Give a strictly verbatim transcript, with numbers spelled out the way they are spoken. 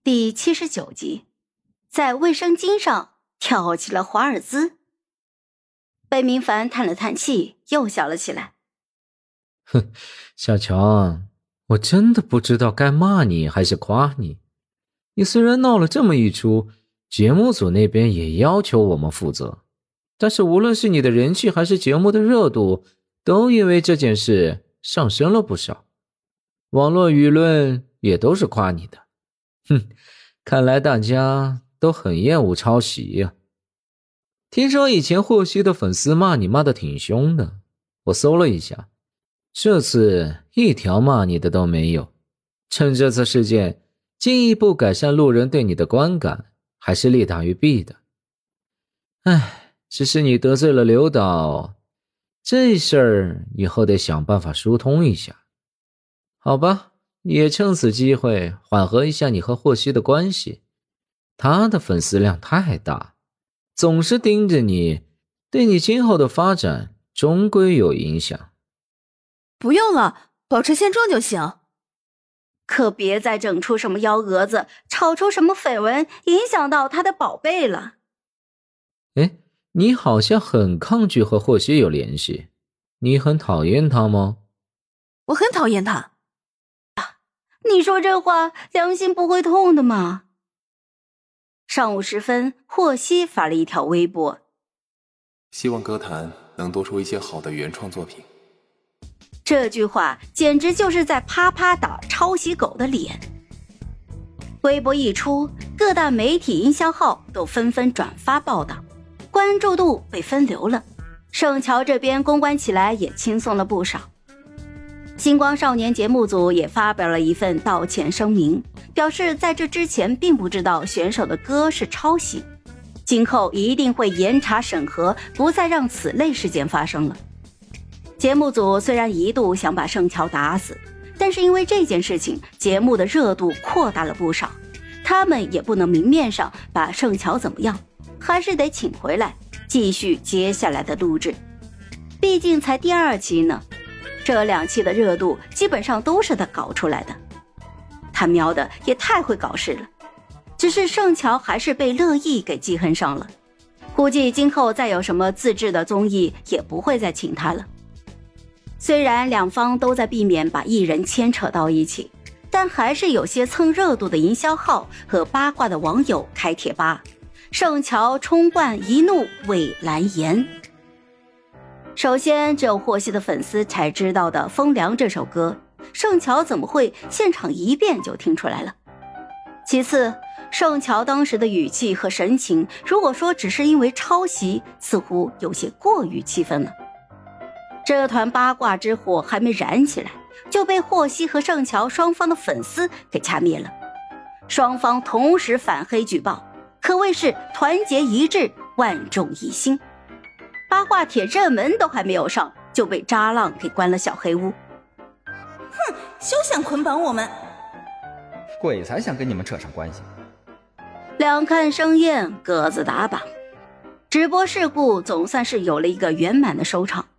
第七十九集，在卫生巾上跳起了华尔兹。贝明凡叹了叹气，又笑了起来。 哼，小乔，我真的不知道该骂你还是夸你。你虽然闹了这么一出，节目组那边也要求我们负责，但是无论是你的人气还是节目的热度，都因为这件事上升了不少。网络舆论也都是夸你的。哼，看来大家都很厌恶抄袭呀。听说以前霍希的粉丝骂你骂得挺凶的，我搜了一下，这次一条骂你的都没有。趁这次事件进一步改善路人对你的观感，还是利大于弊的。唉，只是你得罪了刘导，这事儿以后得想办法疏通一下。好吧，也趁此机会缓和一下你和霍希的关系。他的粉丝量太大，总是盯着你，对你今后的发展终归有影响。 不用了，保持现状就行。 可别再整出什么幺蛾子，炒出什么绯闻，影响到他的宝贝了。 诶，你好像很抗拒和霍希有联系，你很讨厌他吗？ 我很讨厌他。 你说这话良心不会痛的吗？上午时分，霍希发了一条微博， 希望歌坛能多出一些好的原创作品。 这句话简直就是在啪啪打抄袭狗的脸。微博一出，各大媒体营销号都纷纷转发报道，关注度被分流了。盛乔这边公关起来也轻松了不少。星光少年节目组也发表了一份道歉声明，表示在这之前并不知道选手的歌是抄袭，今后一定会严查审核，不再让此类事件发生了。节目组虽然一度想把盛乔打死，但是因为这件事情，节目的热度扩大了不少，他们也不能明面上把盛乔怎么样，还是得请回来继续接下来的录制。毕竟才第二期呢，这两期的热度基本上都是他搞出来的，他喵的也太会搞事了。只是盛乔还是被乐意给记恨上了，估计今后再有什么自制的综艺也不会再请他了。虽然两方都在避免把艺人牵扯到一起，但还是有些蹭热度的营销号和八卦的网友开贴吧，盛乔冲冠一怒为蓝颜。首先，只有霍希的粉丝才知道的《风凉》这首歌，盛乔怎么会现场一遍就听出来了？其次，盛乔当时的语气和神情，如果说只是因为抄袭，似乎有些过于气愤了。这团八卦之火还没燃起来，就被霍希和盛乔双方的粉丝给掐灭了。双方同时反黑举报，可谓是团结一致，万众一心。八卦帖热门都还没有上，就被渣浪给关了小黑屋。 哼，休想捆绑我们！ 鬼才想跟你们扯上关系。 两看生厌，各自打榜。直播事故总算是有了一个圆满的收场。